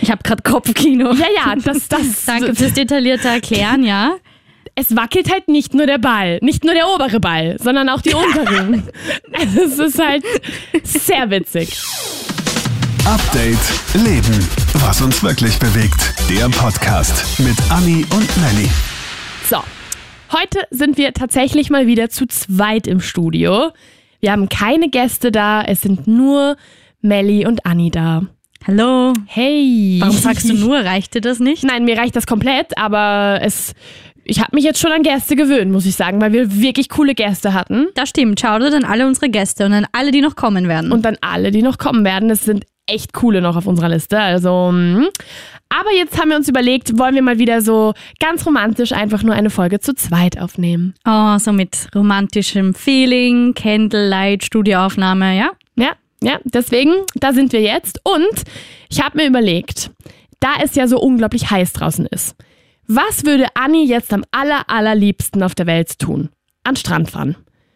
Ich habe gerade Kopfkino. Ja, das. Danke fürs detaillierte Erklären, ja. Es wackelt halt nicht nur der Ball, nicht nur der obere Ball, sondern auch die unteren. Also es ist halt sehr witzig. Update Leben. Was uns wirklich bewegt. Der Podcast mit Anni und Melli. So, heute sind wir tatsächlich mal wieder zu zweit im Studio. Wir haben keine Gäste da, es sind nur Melli und Anni da. Hallo. Hey. Warum sagst du nur? Reicht dir das nicht? Nein, mir reicht das komplett, aber ich habe mich jetzt schon an Gäste gewöhnt, muss ich sagen, weil wir wirklich coole Gäste hatten. Das stimmt. Schau dir dann alle unsere Gäste und dann alle, die noch kommen werden. Und dann alle, die noch kommen werden. Es sind echt coole noch auf unserer Liste. Also, aber jetzt haben wir uns überlegt, wollen wir mal wieder so ganz romantisch einfach nur eine Folge zu zweit aufnehmen. Oh, so mit romantischem Feeling, Candlelight, Studioaufnahme, ja? Ja, deswegen, da sind wir jetzt. Und ich habe mir überlegt, da es ja so unglaublich heiß draußen ist, was würde Anni jetzt am allerliebsten auf der Welt tun? An Strand fahren.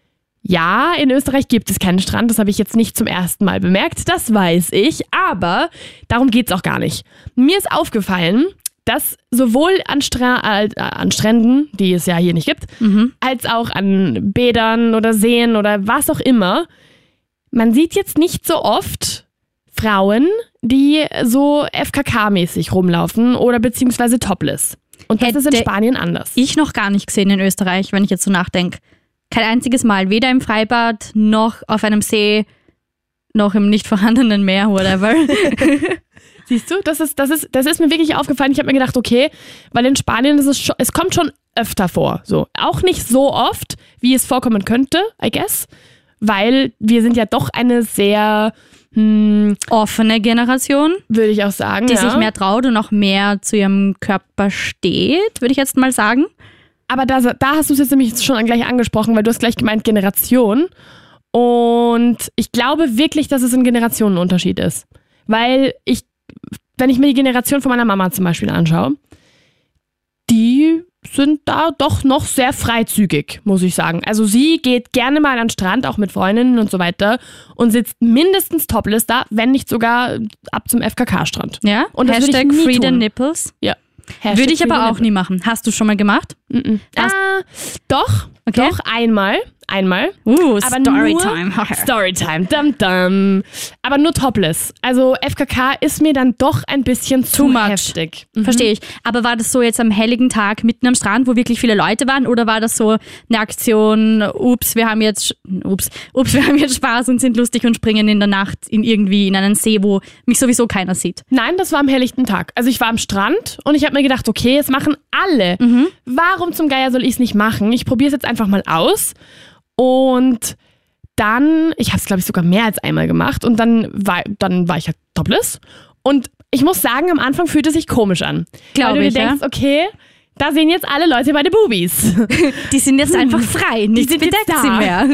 Ja, in Österreich gibt es keinen Strand, das habe ich jetzt nicht zum ersten Mal bemerkt, das weiß ich, aber darum geht's auch gar nicht. Mir ist aufgefallen, dass sowohl an Stränden, die es ja hier nicht gibt, als auch an Bädern oder Seen oder was auch immer, man sieht jetzt nicht so oft Frauen, die so FKK-mäßig rumlaufen oder beziehungsweise topless. Und das ist in Spanien anders. Ich noch gar nicht gesehen in Österreich, wenn ich jetzt so nachdenke. Kein einziges Mal, weder im Freibad noch auf einem See, noch im nicht vorhandenen Meer, whatever. Siehst du, das ist mir wirklich aufgefallen. Ich habe mir gedacht, okay, weil in Spanien es kommt schon öfter vor. So. Auch nicht so oft, wie es vorkommen könnte, I guess. Weil wir sind ja doch eine sehr offene Generation, würde ich auch sagen, die sich mehr traut und auch mehr zu ihrem Körper steht, würde ich jetzt mal sagen. Aber da hast du es jetzt nämlich schon gleich angesprochen, weil du hast gleich gemeint Generation. Und ich glaube wirklich, dass es ein Generationenunterschied ist. Weil wenn ich mir die Generation von meiner Mama zum Beispiel anschaue, die sind da doch noch sehr freizügig, muss ich sagen. Also sie geht gerne mal an den Strand, auch mit Freundinnen und so weiter und sitzt mindestens topless da, wenn nicht sogar ab zum FKK-Strand. Ja, und das Hashtag Free the Nipples. Ja. Würde ich aber auch nie machen. Hast du schon mal gemacht? Doch, okay. Doch, einmal. Aber Storytime. Storytime, dum. Aber nur topless. Also FKK ist mir dann doch ein bisschen zu heftig. Verstehe ich. Aber war das so jetzt am helligen Tag mitten am Strand, wo wirklich viele Leute waren? Oder war das so eine Aktion, wir haben jetzt Spaß und sind lustig und springen in der Nacht in einen See, wo mich sowieso keiner sieht? Nein, das war am helllichten Tag. Also ich war am Strand und ich habe mir gedacht, okay, es machen alle. Warum zum Geier soll ich es nicht machen? Ich probiere es jetzt einfach mal aus. Und dann, ich habe es glaube ich sogar mehr als einmal gemacht und dann war ich halt topless. Und ich muss sagen, am Anfang fühlt es sich komisch an. Glaube ich, weil du dir denkst, okay, da sehen jetzt alle Leute meine Bubis. Die sind jetzt einfach frei, nichts bedeckt sie mehr.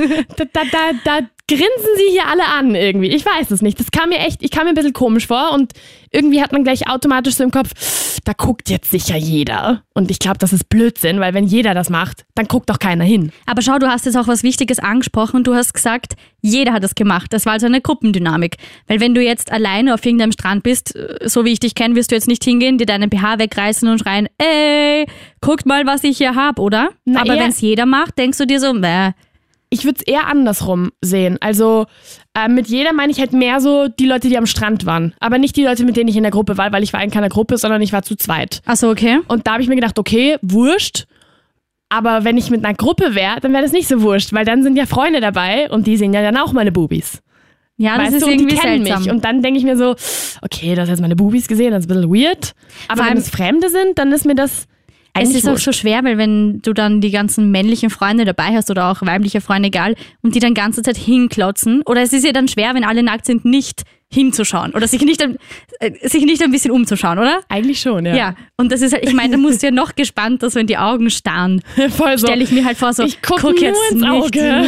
Da grinsen sie hier alle an irgendwie. Ich weiß es nicht. Ich kam mir ein bisschen komisch vor und irgendwie hat man gleich automatisch so im Kopf, da guckt jetzt sicher jeder. Und ich glaube, das ist Blödsinn, weil wenn jeder das macht, dann guckt doch keiner hin. Aber schau, du hast jetzt auch was Wichtiges angesprochen. Du hast gesagt, jeder hat das gemacht. Das war also eine Gruppendynamik. Weil wenn du jetzt alleine auf irgendeinem Strand bist, so wie ich dich kenne, wirst du jetzt nicht hingehen, dir deinen BH wegreißen und schreien, ey, guckt mal, was ich hier habe, oder? Aber wenn es jeder macht, denkst du dir so, Ich würde es eher andersrum sehen. Also mit jeder meine ich halt mehr so die Leute, die am Strand waren. Aber nicht die Leute, mit denen ich in der Gruppe war, weil ich war in keiner Gruppe, sondern ich war zu zweit. Ach so, okay. Und da habe ich mir gedacht, okay, wurscht. Aber wenn ich mit einer Gruppe wäre, dann wäre das nicht so wurscht, weil dann sind ja Freunde dabei und die sehen ja dann auch meine Bubis. Ja, das weißt ist du, irgendwie die kennen seltsam. mich. Und dann denke ich mir so, okay, du hast jetzt meine Bubis gesehen, das ist ein bisschen weird. Aber wenn es Fremde sind, dann ist mir das Es ist auch so schwer, weil wenn du dann die ganzen männlichen Freunde dabei hast oder auch weibliche Freunde, egal, und die dann die ganze Zeit hinklotzen, oder es ist ja dann schwer, wenn alle nackt sind, nicht hinzuschauen oder sich nicht ein bisschen umzuschauen, oder? Eigentlich schon, ja. Ja, und das ist halt, ich meine, da musst du ja noch gespannt, dass wenn die Augen starren, voll so. Stelle ich mir halt vor, so, ich guck jetzt ins Auge.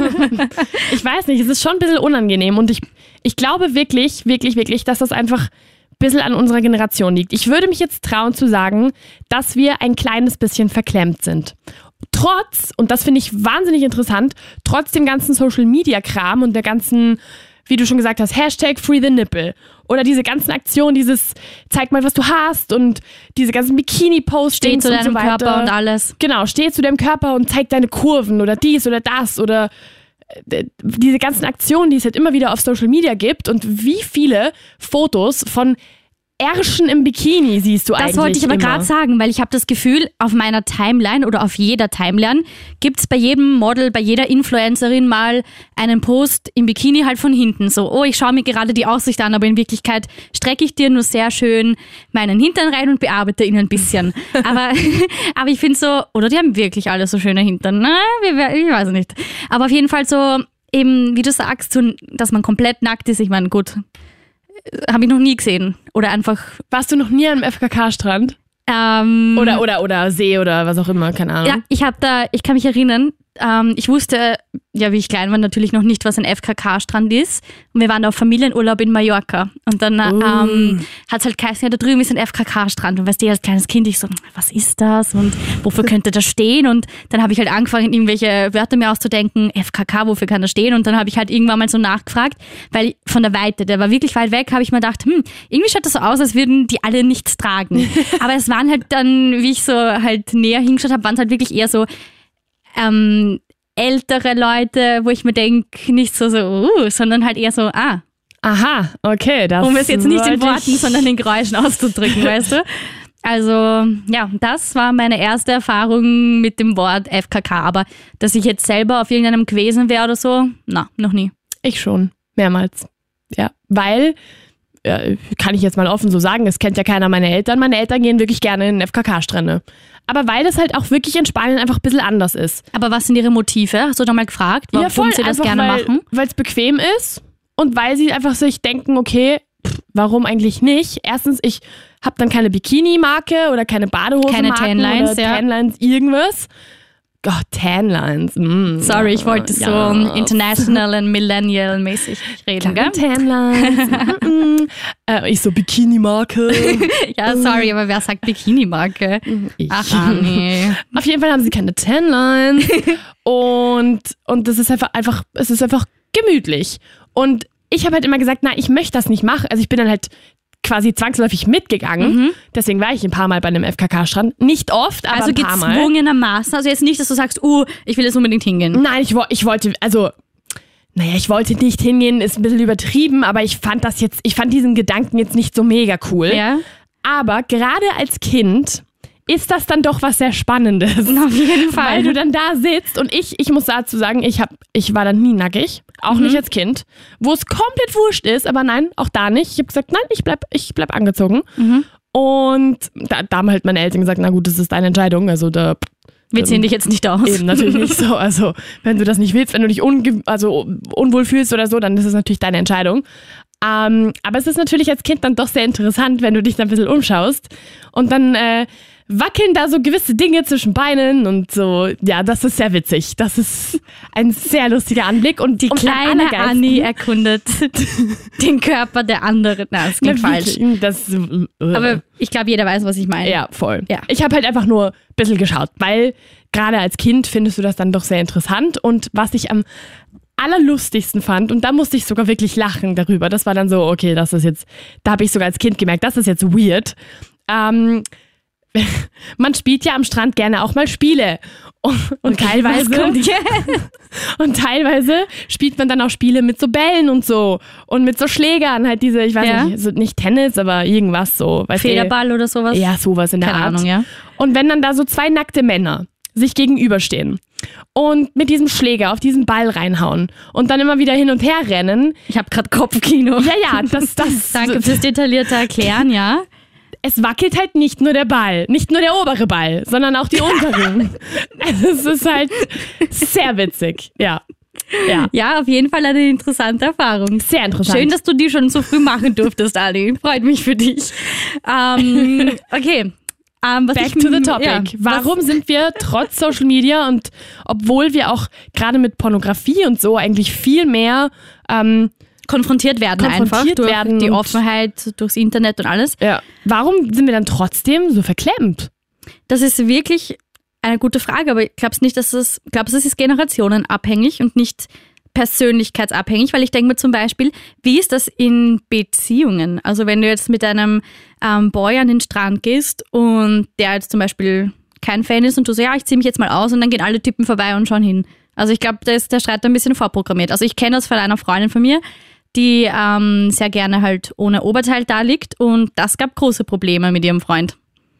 Ich weiß nicht, es ist schon ein bisschen unangenehm und ich glaube wirklich, dass das einfach ein bisschen an unserer Generation liegt. Ich würde mich jetzt trauen zu sagen, dass wir ein kleines bisschen verklemmt sind. Trotz, und das finde ich wahnsinnig interessant, trotz dem ganzen Social-Media-Kram und der ganzen wie du schon gesagt hast, #FreeTheNipple. Oder diese ganzen Aktionen, dieses zeig mal, was du hast und diese ganzen Bikini-Postings Steh zu und so deinem weiter. Körper und alles. Genau, steh zu deinem Körper und zeig deine Kurven oder dies oder das oder diese ganzen Aktionen, die es halt immer wieder auf Social Media gibt und wie viele Fotos von Ärschen im Bikini siehst du eigentlich. Das wollte ich aber gerade sagen, weil ich habe das Gefühl, auf meiner Timeline oder auf jeder Timeline gibt's bei jedem Model, bei jeder Influencerin mal einen Post im Bikini halt von hinten. So, oh, ich schaue mir gerade die Aussicht an, aber in Wirklichkeit strecke ich dir nur sehr schön meinen Hintern rein und bearbeite ihn ein bisschen. aber ich finde so, oder die haben wirklich alle so schöne Hintern. Na, ich weiß nicht. Aber auf jeden Fall so, eben, wie du sagst, so, dass man komplett nackt ist. Ich meine, gut, habe ich noch nie gesehen. Oder einfach... Warst du noch nie am FKK-Strand? Oder See oder was auch immer, keine Ahnung. Ja, ich kann mich erinnern, ich wusste, ja, wie ich klein war, natürlich noch nicht, was ein FKK-Strand ist. Und wir waren da auf Familienurlaub in Mallorca. Und dann hat es halt geheißen, ja, da drüben ist ein FKK-Strand. Und weißt du, als kleines Kind, ich so, was ist das? Und wofür könnte das stehen? Und dann habe ich halt angefangen, irgendwelche Wörter mir auszudenken. FKK, wofür kann das stehen? Und dann habe ich halt irgendwann mal so nachgefragt, weil von der Weite, der war wirklich weit weg, habe ich mir gedacht, irgendwie schaut das so aus, als würden die alle nichts tragen. Aber es waren halt dann, wie ich so halt näher hingeschaut habe, waren es halt wirklich eher so ältere Leute, wo ich mir denke, nicht so, sondern halt eher so, aha, okay. Das um es jetzt nicht in Worten, sondern in Geräuschen auszudrücken, weißt du? Also, ja, das war meine erste Erfahrung mit dem Wort FKK. Aber dass ich jetzt selber auf irgendeinem gewesen wäre oder so, noch nie. Ich schon, mehrmals. Ja, weil, kann ich jetzt mal offen so sagen, es kennt ja keiner meiner Eltern. Meine Eltern gehen wirklich gerne in FKK-Strände. Aber weil das halt auch wirklich in Spanien einfach ein bisschen anders ist. Aber was sind ihre Motive? Hast du da mal gefragt, warum sie das gerne machen? Weil es bequem ist und weil sie einfach sich denken, okay, warum eigentlich nicht? Erstens, ich habe dann keine Bikini-Marke oder keine Badehose-Marke. Keine Tanlines, oder Tanlines, irgendwas. Gott, Tanlines. Sorry, ich wollte so international und millennial-mäßig reden, gell? Tanlines. Ich so Bikini-Marke. Ja, sorry, aber wer sagt Bikini-Marke? Ach, nee. Auf jeden Fall haben sie keine Tanlines. und das ist einfach, es ist einfach gemütlich. Und ich habe halt immer gesagt, ich möchte das nicht machen. Also ich bin dann halt quasi zwangsläufig mitgegangen. Deswegen war ich ein paar Mal bei einem FKK-Strand. Nicht oft, aber ein paar Mal. Also gezwungenermaßen. Also jetzt nicht, dass du sagst, ich will jetzt unbedingt hingehen. Nein, ich wollte nicht hingehen, ist ein bisschen übertrieben, aber ich fand diesen Gedanken jetzt nicht so mega cool. Ja. Aber gerade als Kind ist das dann doch was sehr Spannendes. Auf jeden Fall. Weil du dann da sitzt und ich muss dazu sagen, ich war dann nie nackig, auch nicht als Kind, wo es komplett wurscht ist, aber nein, auch da nicht. Ich habe gesagt, nein, ich bleib angezogen. Und da haben halt meine Eltern gesagt, na gut, das ist deine Entscheidung, also da... Wir ziehen dich jetzt nicht aus. Eben, natürlich nicht so. Also, wenn du das nicht willst, wenn du dich unwohl fühlst oder so, dann ist es natürlich deine Entscheidung. Aber es ist natürlich als Kind dann doch sehr interessant, wenn du dich dann ein bisschen umschaust. Und dann wackeln da so gewisse Dinge zwischen Beinen und so. Ja, das ist sehr witzig. Das ist ein sehr lustiger Anblick. Und die kleine Anni erkundet den Körper der anderen. Na, das klingt falsch. Aber ich glaube, jeder weiß, was ich meine. Ja, voll. Ja. Ich habe halt einfach nur ein bisschen geschaut, weil gerade als Kind findest du das dann doch sehr interessant. Und was ich am allerlustigsten fand, und da musste ich sogar wirklich lachen darüber, das war dann so, okay, das ist jetzt, da habe ich sogar als Kind gemerkt, das ist jetzt weird. Man spielt ja am Strand gerne auch mal Spiele. Und teilweise spielt man dann auch Spiele mit so Bällen und so. Und mit so Schlägern, halt diese, ich weiß nicht, so nicht Tennis, aber irgendwas so. Federball oder sowas? Ja, sowas in der Art. Keine Ahnung, ja. Und wenn dann da so zwei nackte Männer sich gegenüberstehen und mit diesem Schläger auf diesen Ball reinhauen und dann immer wieder hin und her rennen. Ich habe gerade Kopfkino. Ja, das. Danke fürs detaillierte Erklären, ja. Es wackelt halt nicht nur der Ball, nicht nur der obere Ball, sondern auch die unteren. Es ist halt sehr witzig, ja. Ja, auf jeden Fall eine interessante Erfahrung. Sehr interessant. Schön, dass du die schon so früh machen durftest, Ali. Freut mich für dich. Okay. Back to the topic. Ja, warum sind wir trotz Social Media und obwohl wir auch gerade mit Pornografie und so eigentlich viel mehr konfrontiert werden durch die Offenheit, durchs Internet und alles. Ja. Warum sind wir dann trotzdem so verklemmt? Das ist wirklich eine gute Frage, aber ich glaube nicht, es ist generationenabhängig und nicht persönlichkeitsabhängig, weil ich denke mir zum Beispiel, wie ist das in Beziehungen? Also wenn du jetzt mit einem Boy an den Strand gehst und der jetzt zum Beispiel kein Fan ist und du so, ja, ich ziehe mich jetzt mal aus und dann gehen alle Typen vorbei und schauen hin. Also ich glaube, da ist der Streit ein bisschen vorprogrammiert. Also ich kenne das von einer Freundin von mir, die sehr gerne halt ohne Oberteil da liegt und das gab große Probleme mit ihrem Freund.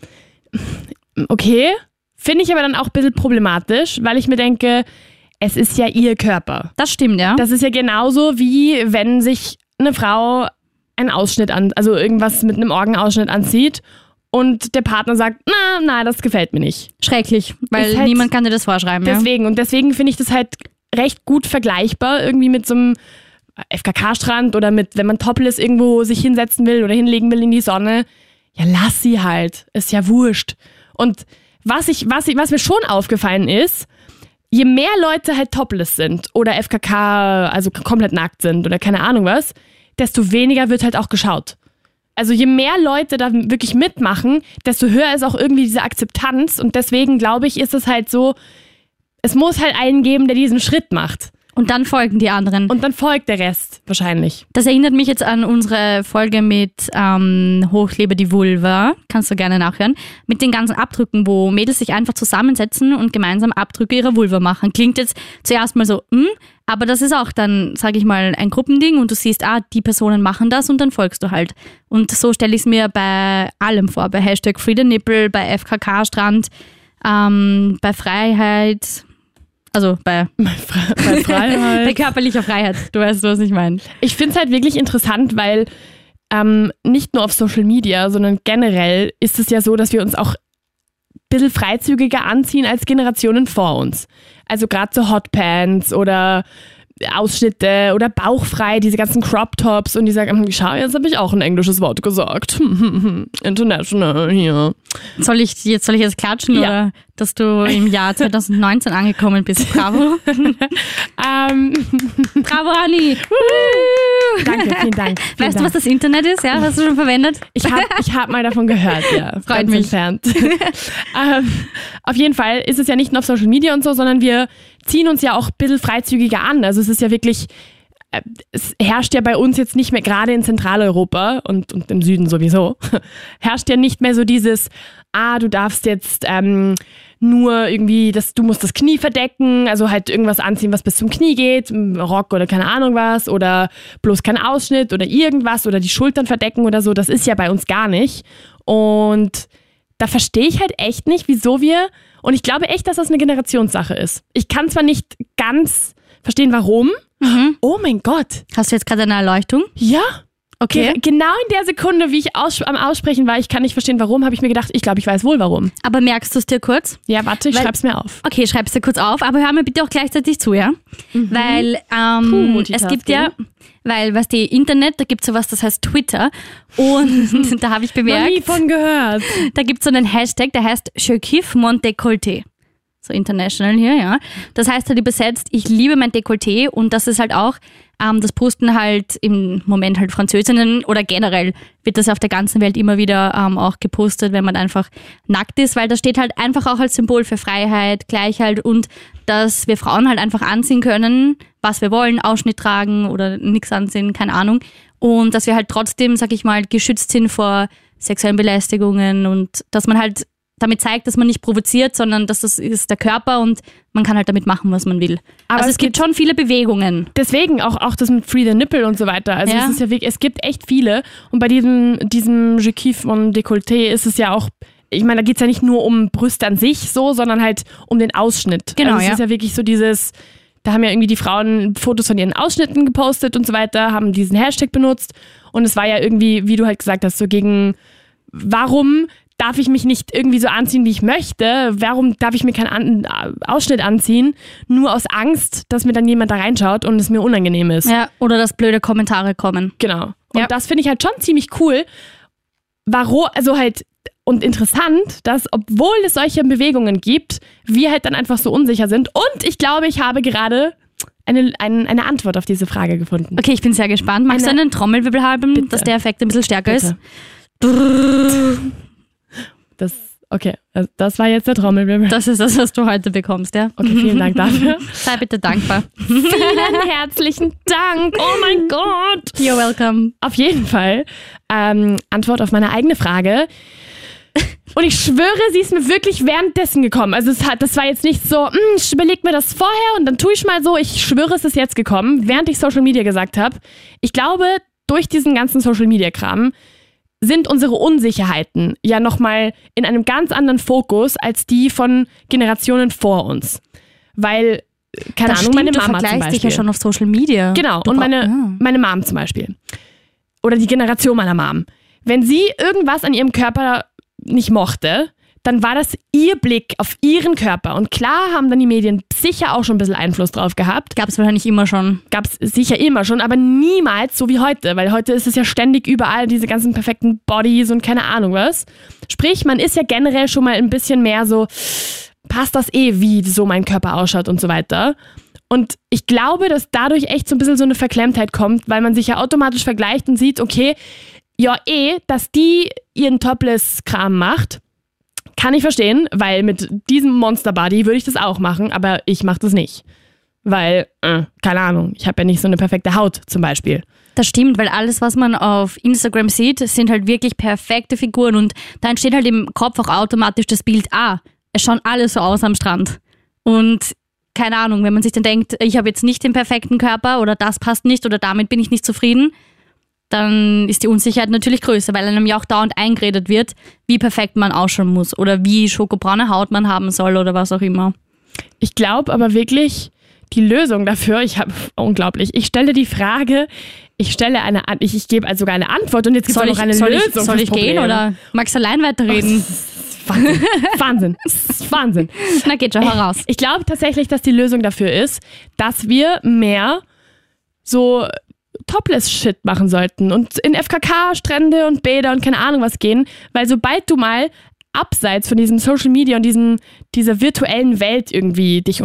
Okay, finde ich aber dann auch ein bisschen problematisch, weil ich mir denke, es ist ja ihr Körper. Das stimmt, ja. Das ist ja genauso wie wenn sich eine Frau einen Ausschnitt also irgendwas mit einem Orgenausschnitt anzieht und der Partner sagt, na, das gefällt mir nicht. Schrecklich, weil halt niemand kann dir das vorschreiben. Deswegen, und deswegen finde ich das halt recht gut vergleichbar irgendwie mit so einem FKK-Strand oder mit, wenn man topless irgendwo sich hinsetzen will oder hinlegen will in die Sonne. Ja, lass sie halt. Ist ja wurscht. Und was mir schon aufgefallen ist, je mehr Leute halt topless sind oder FKK, also komplett nackt sind oder keine Ahnung was, desto weniger wird halt auch geschaut. Also je mehr Leute da wirklich mitmachen, desto höher ist auch irgendwie diese Akzeptanz und deswegen glaube ich, ist es halt so, es muss halt einen geben, der diesen Schritt macht. Und dann folgen die anderen. Und dann folgt der Rest wahrscheinlich. Das erinnert mich jetzt an unsere Folge mit Hochlebe die Vulva, kannst du gerne nachhören, mit den ganzen Abdrücken, wo Mädels sich einfach zusammensetzen und gemeinsam Abdrücke ihrer Vulva machen. Klingt jetzt zuerst mal so, aber das ist auch dann, sage ich mal, ein Gruppending und du siehst, die Personen machen das und dann folgst du halt. Und so stelle ich es mir bei allem vor, bei Hashtag Free the Nipple, bei FKK-Strand, bei Freiheit... Also bei Freiheit. Bei körperlicher Freiheit. Du weißt, was ich meine. Ich finde es halt wirklich interessant, weil nicht nur auf Social Media, sondern generell ist es ja so, dass wir uns auch ein bisschen freizügiger anziehen als Generationen vor uns. Also gerade so Hotpants oder Ausschnitte oder bauchfrei, diese ganzen Crop-Tops und die sagen, schau, jetzt habe ich auch ein englisches Wort gesagt. International hier. Soll ich jetzt klatschen oder dass du im Jahr 2019 angekommen bist? Bravo. Bravo, Anni. Danke, vielen Dank. Weißt du, was das Internet ist? Ja, hast du schon verwendet? Ich hab mal davon gehört, ja. Freut mich. Entfernt. Auf jeden Fall ist es ja nicht nur auf Social Media und so, sondern wir ziehen uns ja auch ein bisschen freizügiger an. Also es ist ja wirklich, es herrscht ja bei uns jetzt nicht mehr, gerade in Zentraleuropa und im Süden sowieso, herrscht ja nicht mehr so dieses, du darfst jetzt nur irgendwie, du musst das Knie verdecken, also halt irgendwas anziehen, was bis zum Knie geht, Rock oder keine Ahnung was oder bloß kein Ausschnitt oder irgendwas oder die Schultern verdecken oder so, das ist ja bei uns gar nicht. Und da verstehe ich halt echt nicht, wieso und ich glaube echt, dass das eine Generationssache ist. Ich kann zwar nicht ganz verstehen, warum. Oh mein Gott. Hast du jetzt gerade eine Erleuchtung? Ja. Okay. Genau in der Sekunde, wie ich am Aussprechen war, ich kann nicht verstehen, warum, habe ich mir gedacht, ich glaube, ich weiß wohl, warum. Aber merkst du es dir kurz? Ja, warte, ich schreib's mir auf. Okay, schreib's dir kurz auf, aber hör mir bitte auch gleichzeitig zu, ja? Weil es gibt ja, was die Internet, da gibt es sowas, das heißt Twitter und da habe ich bemerkt, noch nie von gehört. Da gibt es so einen Hashtag, der heißt Je kiffe mon décolleté. So international hier, ja. Das heißt halt übersetzt, ich liebe mein Dekolleté und das ist halt auch, das posten halt im Moment halt Französinnen oder generell wird das auf der ganzen Welt immer wieder auch gepostet, wenn man einfach nackt ist, weil das steht halt einfach auch als Symbol für Freiheit, Gleichheit und dass wir Frauen halt einfach anziehen können, was wir wollen, Ausschnitt tragen oder nichts anziehen, keine Ahnung. Und dass wir halt trotzdem, sag ich mal, geschützt sind vor sexuellen Belästigungen und dass man halt damit zeigt, dass man nicht provoziert, sondern dass das ist der Körper und man kann halt damit machen, was man will. Aber also es gibt schon viele Bewegungen. Deswegen auch das mit Free the Nipple und so weiter. Also es ist ja wirklich, es gibt echt viele. Und bei diesem Je kiffe mon Décolleté ist es ja auch, ich meine, da geht es ja nicht nur um Brüste an sich so, sondern halt um den Ausschnitt. Genau, also es ist ja wirklich so dieses, da haben ja irgendwie die Frauen Fotos von ihren Ausschnitten gepostet und so weiter, haben diesen Hashtag benutzt und es war ja irgendwie, wie du halt gesagt hast, so gegen, warum darf ich mich nicht irgendwie so anziehen, wie ich möchte? Warum darf ich mir keinen Ausschnitt anziehen? Nur aus Angst, dass mir dann jemand da reinschaut und es mir unangenehm ist. Ja, oder dass blöde Kommentare kommen. Genau. Und das finde ich halt schon ziemlich cool. Und interessant, dass, obwohl es solche Bewegungen gibt, wir halt dann einfach so unsicher sind. Und ich glaube, ich habe gerade eine Antwort auf diese Frage gefunden. Okay, ich bin sehr gespannt. Magst du einen Trommelwirbel haben, dass der Effekt ein bisschen stärker ist? Das Okay, also das war jetzt der Trommelwirbel. Das ist das, was du heute bekommst, ja? Okay, vielen Dank dafür. Sei bitte dankbar. Vielen herzlichen Dank. Oh mein Gott. You're welcome. Auf jeden Fall. Antwort auf meine eigene Frage. Und ich schwöre, sie ist mir wirklich währenddessen gekommen. Also das war jetzt nicht so, ich überleg mir das vorher und dann tue ich mal so. Ich schwöre, es ist jetzt gekommen, während ich Social Media gesagt habe. Ich glaube, durch diesen ganzen Social Media Kram sind unsere Unsicherheiten ja nochmal in einem ganz anderen Fokus als die von Generationen vor uns. Weil, keine Ahnung, meine Mama zum Beispiel. Du vergleichst dich ja schon auf Social Media. Genau, und meine Mom zum Beispiel. Oder die Generation meiner Mom. Wenn sie irgendwas an ihrem Körper nicht mochte, dann war das ihr Blick auf ihren Körper. Und klar haben dann die Medien sicher auch schon ein bisschen Einfluss drauf gehabt. Gab es wahrscheinlich immer schon. Gab es sicher immer schon, aber niemals so wie heute. Weil heute ist es ja ständig überall, diese ganzen perfekten Bodies und keine Ahnung was. Sprich, man ist ja generell schon mal ein bisschen mehr so, passt das wie so mein Körper ausschaut und so weiter. Und ich glaube, dass dadurch echt so ein bisschen so eine Verklemmtheit kommt, weil man sich ja automatisch vergleicht und sieht, okay, ja dass die ihren Topless-Kram macht, kann ich verstehen, weil mit diesem Monster-Body würde ich das auch machen, aber ich mache das nicht. Weil, keine Ahnung, ich habe ja nicht so eine perfekte Haut zum Beispiel. Das stimmt, weil alles, was man auf Instagram sieht, sind halt wirklich perfekte Figuren und da entsteht halt im Kopf auch automatisch das Bild, es schauen alle so aus am Strand. Und keine Ahnung, wenn man sich dann denkt, ich habe jetzt nicht den perfekten Körper oder das passt nicht oder damit bin ich nicht zufrieden, dann ist die Unsicherheit natürlich größer, weil einem ja auch dauernd eingeredet wird, wie perfekt man ausschauen muss oder wie schokobraune Haut man haben soll oder was auch immer. Ich glaube aber wirklich, die Lösung dafür, unglaublich, ich stelle die Frage, ich gebe also sogar eine Antwort und jetzt gibt es noch eine Lösung. Soll ich gehen oder magst du allein weiterreden? Wahnsinn. Wahnsinn. Na geht schon heraus. Ich glaube tatsächlich, dass die Lösung dafür ist, dass wir mehr so Topless-Shit machen sollten und in FKK-Strände und Bäder und keine Ahnung was gehen, weil sobald du mal abseits von diesem Social Media und dieser virtuellen Welt irgendwie dich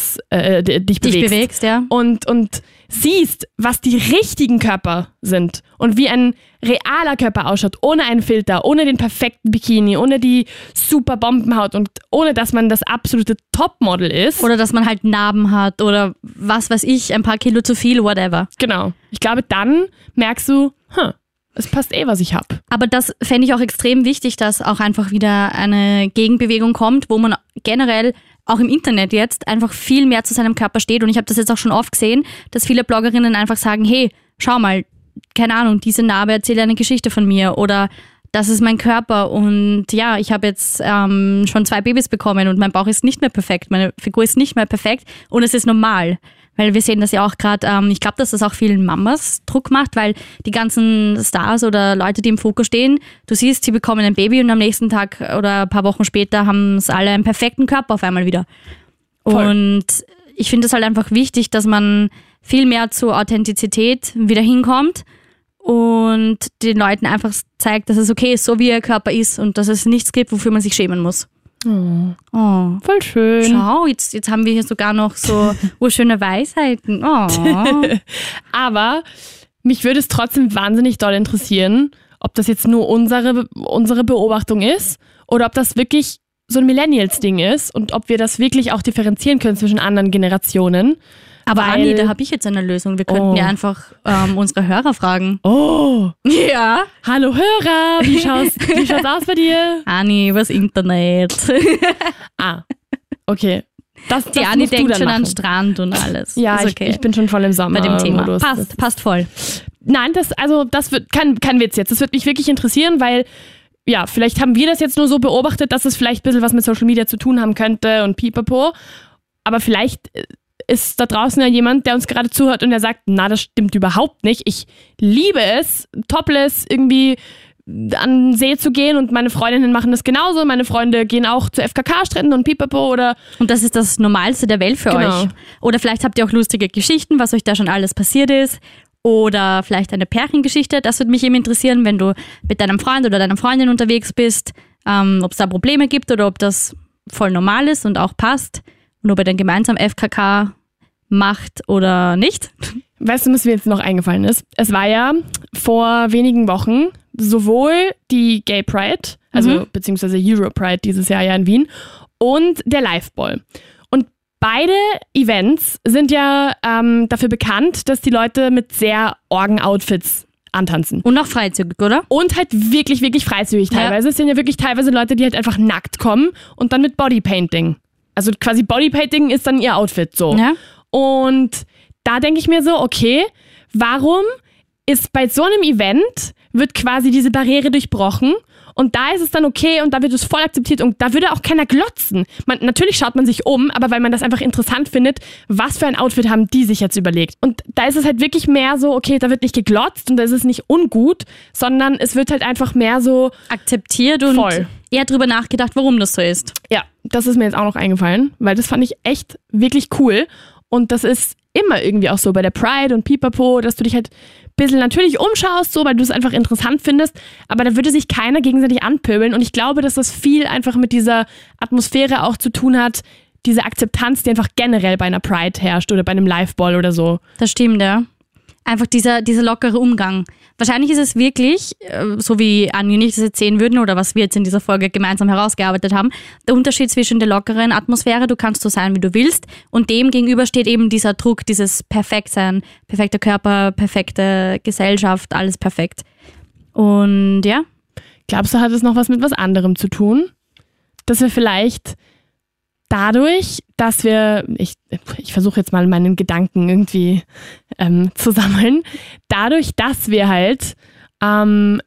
bewegst ja. und siehst, was die richtigen Körper sind und wie ein realer Körper ausschaut, ohne einen Filter, ohne den perfekten Bikini, ohne die super Bombenhaut und ohne, dass man das absolute Topmodel ist. Oder dass man halt Narben hat oder was weiß ich, ein paar Kilo zu viel, whatever. Genau. Ich glaube, dann merkst du, es passt was ich habe. Aber das fände ich auch extrem wichtig, dass auch einfach wieder eine Gegenbewegung kommt, wo man generell auch im Internet jetzt einfach viel mehr zu seinem Körper steht. Und ich habe das jetzt auch schon oft gesehen, dass viele Bloggerinnen einfach sagen, hey, schau mal, keine Ahnung, diese Narbe erzählt eine Geschichte von mir oder das ist mein Körper und ja, ich habe jetzt schon 2 Babys bekommen und mein Bauch ist nicht mehr perfekt, meine Figur ist nicht mehr perfekt und es ist normal. Weil wir sehen das ja auch gerade, ich glaube, dass das auch vielen Mamas Druck macht, weil die ganzen Stars oder Leute, die im Fokus stehen, du siehst, sie bekommen ein Baby und am nächsten Tag oder ein paar Wochen später haben es alle einen perfekten Körper auf einmal wieder. Voll. Und ich finde es halt einfach wichtig, dass man viel mehr zur Authentizität wieder hinkommt und den Leuten einfach zeigt, dass es okay ist, so wie ihr Körper ist und dass es nichts gibt, wofür man sich schämen muss. Oh, voll schön. Schau, jetzt haben wir hier sogar noch so urschöne Weisheiten. Oh. Aber mich würde es trotzdem wahnsinnig doll interessieren, ob das jetzt nur unsere Beobachtung ist oder ob das wirklich so ein Millennials-Ding ist und ob wir das wirklich auch differenzieren können zwischen anderen Generationen. Aber Anni, da habe ich jetzt eine Lösung. Wir könnten ja einfach unsere Hörer fragen. Oh. Ja. Hallo Hörer, wie schaut's aus bei dir? Anni, übers Internet. Okay. Die Anni denkt schon an Strand und alles. Ja, okay. Ich bin schon voll im Sommer. Bei dem Thema. Passt voll. Nein, das wird kein Witz jetzt. Das wird mich wirklich interessieren, weil ja, vielleicht haben wir das jetzt nur so beobachtet, dass es vielleicht ein bisschen was mit Social Media zu tun haben könnte und pipapo. Aber vielleicht ist da draußen ja jemand, der uns gerade zuhört und der sagt, na, das stimmt überhaupt nicht. Ich liebe es, topless irgendwie an den See zu gehen und meine Freundinnen machen das genauso. Meine Freunde gehen auch zu FKK-Stränden und pipapo oder... Und das ist das Normalste der Welt für euch. Oder vielleicht habt ihr auch lustige Geschichten, was euch da schon alles passiert ist. Oder vielleicht eine Pärchengeschichte. Das würde mich eben interessieren, wenn du mit deinem Freund oder deiner Freundin unterwegs bist, ob es da Probleme gibt oder ob das voll normal ist und auch passt. Und ob ihr dann gemeinsam FKK macht oder nicht. Weißt du, was mir jetzt noch eingefallen ist? Es war ja vor wenigen Wochen sowohl die Gay Pride also beziehungsweise Europride dieses Jahr ja in Wien, und der Liveball. Und beide Events sind ja dafür bekannt, dass die Leute mit sehr Orgen-Outfits antanzen. Und auch freizügig, oder? Und halt wirklich, wirklich freizügig teilweise. Es sind ja wirklich teilweise Leute, die halt einfach nackt kommen und dann mit Bodypainting. Also quasi Bodypainting ist dann ihr Outfit so. Ja. Und da denke ich mir so, okay, warum ist bei so einem Event, wird quasi diese Barriere durchbrochen und da ist es dann okay und da wird es voll akzeptiert und da würde auch keiner glotzen. Natürlich schaut man sich um, aber weil man das einfach interessant findet, was für ein Outfit haben die sich jetzt überlegt. Und da ist es halt wirklich mehr so, okay, da wird nicht geglotzt und da ist es nicht ungut, sondern es wird halt einfach mehr so akzeptiert und eher drüber nachgedacht, warum das so ist. Ja, das ist mir jetzt auch noch eingefallen, weil das fand ich echt wirklich cool und das ist immer irgendwie auch so bei der Pride und Pipapo, dass du dich halt ein bisschen natürlich umschaust, so, weil du es einfach interessant findest, aber da würde sich keiner gegenseitig anpöbeln und ich glaube, dass das viel einfach mit dieser Atmosphäre auch zu tun hat, diese Akzeptanz, die einfach generell bei einer Pride herrscht oder bei einem Liveball oder so. Das stimmt, ja. Einfach dieser lockere Umgang. Wahrscheinlich ist es wirklich, so wie Anni und ich das jetzt sehen würden oder was wir jetzt in dieser Folge gemeinsam herausgearbeitet haben, der Unterschied zwischen der lockeren Atmosphäre, du kannst so sein, wie du willst, und dem gegenüber steht eben dieser Druck, dieses Perfektsein, perfekter Körper, perfekte Gesellschaft, alles perfekt. Und ja. Glaubst du, hat es noch was mit was anderem zu tun? Dass wir vielleicht dadurch, dass wir, ich versuche jetzt mal meinen Gedanken irgendwie zu sammeln, dadurch, dass wir halt, nein,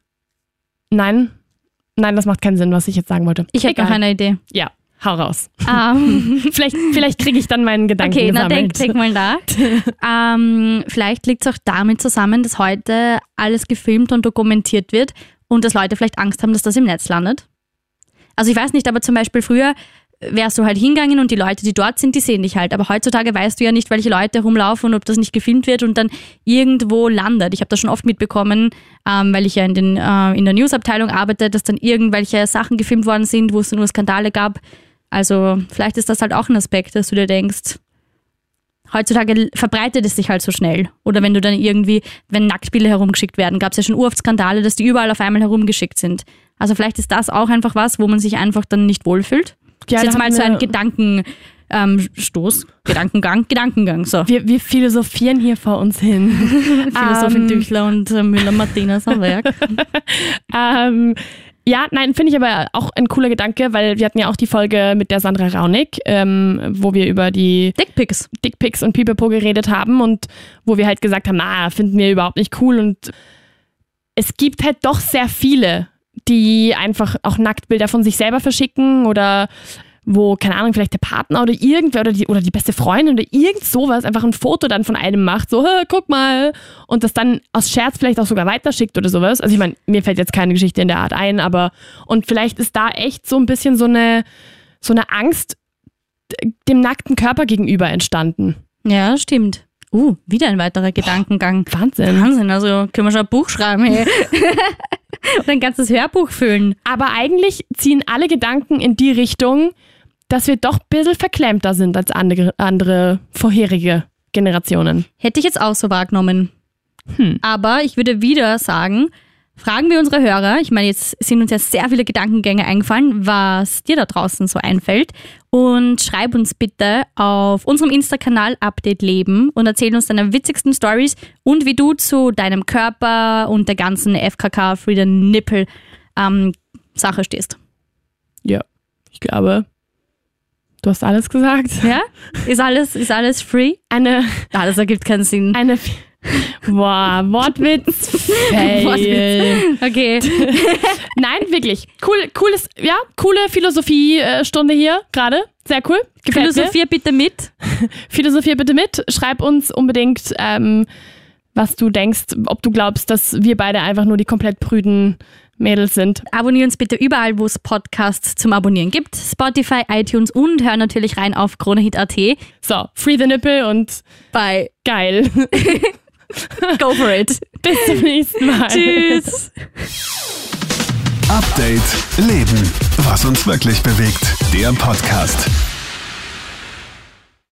das macht keinen Sinn, was ich jetzt sagen wollte. Ich hätte noch eine Idee. Ja, hau raus. Vielleicht kriege ich dann meinen Gedanken gesammelt. Okay, denk mal nach. Vielleicht liegt es auch damit zusammen, dass heute alles gefilmt und dokumentiert wird und dass Leute vielleicht Angst haben, dass das im Netz landet. Also ich weiß nicht, aber zum Beispiel früher wärst du halt hingegangen und die Leute, die dort sind, die sehen dich halt. Aber heutzutage weißt du ja nicht, welche Leute rumlaufen und ob das nicht gefilmt wird und dann irgendwo landet. Ich habe das schon oft mitbekommen, weil ich ja in der Newsabteilung arbeite, dass dann irgendwelche Sachen gefilmt worden sind, wo es nur Skandale gab. Also vielleicht ist das halt auch ein Aspekt, dass du dir denkst, heutzutage verbreitet es sich halt so schnell. Oder wenn du dann irgendwie, wenn Nacktbilder herumgeschickt werden, gab es ja schon oft Skandale, dass die überall auf einmal herumgeschickt sind. Also vielleicht ist das auch einfach was, wo man sich einfach dann nicht wohlfühlt. Ja, das ist jetzt mal so ein Gedankengang. So. Wir philosophieren hier vor uns hin. Philosophin Tüchler und Müller-Martinez am Werk. Ja, nein, finde ich aber auch ein cooler Gedanke, weil wir hatten ja auch die Folge mit der Sandra Raunig, wo wir über die Dickpics und Pipapo geredet haben und wo wir halt gesagt haben, finden wir überhaupt nicht cool und es gibt halt doch sehr viele, die einfach auch Nacktbilder von sich selber verschicken oder wo, keine Ahnung, vielleicht der Partner oder irgendwer oder die beste Freundin oder irgend sowas einfach ein Foto dann von einem macht, so, guck mal, und das dann aus Scherz vielleicht auch sogar weiterschickt oder sowas. Also ich meine, mir fällt jetzt keine Geschichte in der Art ein, aber und vielleicht ist da echt so ein bisschen so eine Angst dem nackten Körper gegenüber entstanden. Ja, stimmt. Wieder ein weiterer Gedankengang. Wahnsinn, also können wir schon ein Buch schreiben, hey. Und ein ganzes Hörbuch füllen. Aber eigentlich ziehen alle Gedanken in die Richtung, dass wir doch ein bisschen verklemmter sind als andere vorherige Generationen. Hätte ich jetzt auch so wahrgenommen. Aber ich würde wieder sagen, fragen wir unsere Hörer, ich meine, jetzt sind uns ja sehr viele Gedankengänge eingefallen, was dir da draußen so einfällt. Und schreib uns bitte auf unserem Insta-Kanal Update Leben und erzähl uns deine witzigsten Stories und wie du zu deinem Körper und der ganzen FKK Free the Nipple Sache stehst. Ja, ich glaube, du hast alles gesagt. Ja? Ist alles free? Das ergibt keinen Sinn. Wortwitz. Fail. Okay. Nein, wirklich. Coole Philosophie-Stunde hier gerade. Sehr cool. Philosophier bitte mit. Philosophier bitte mit. Schreib uns unbedingt, was du denkst, ob du glaubst, dass wir beide einfach nur die komplett prüden Mädels sind. Abonnier uns bitte überall, wo es Podcasts zum Abonnieren gibt. Spotify, iTunes und hör natürlich rein auf KroneHit.at. So, free the nipple und bye. Geil. Go for it. Bis zum nächsten Mal. Tschüss. Update Leben. Was uns wirklich bewegt. Der Podcast.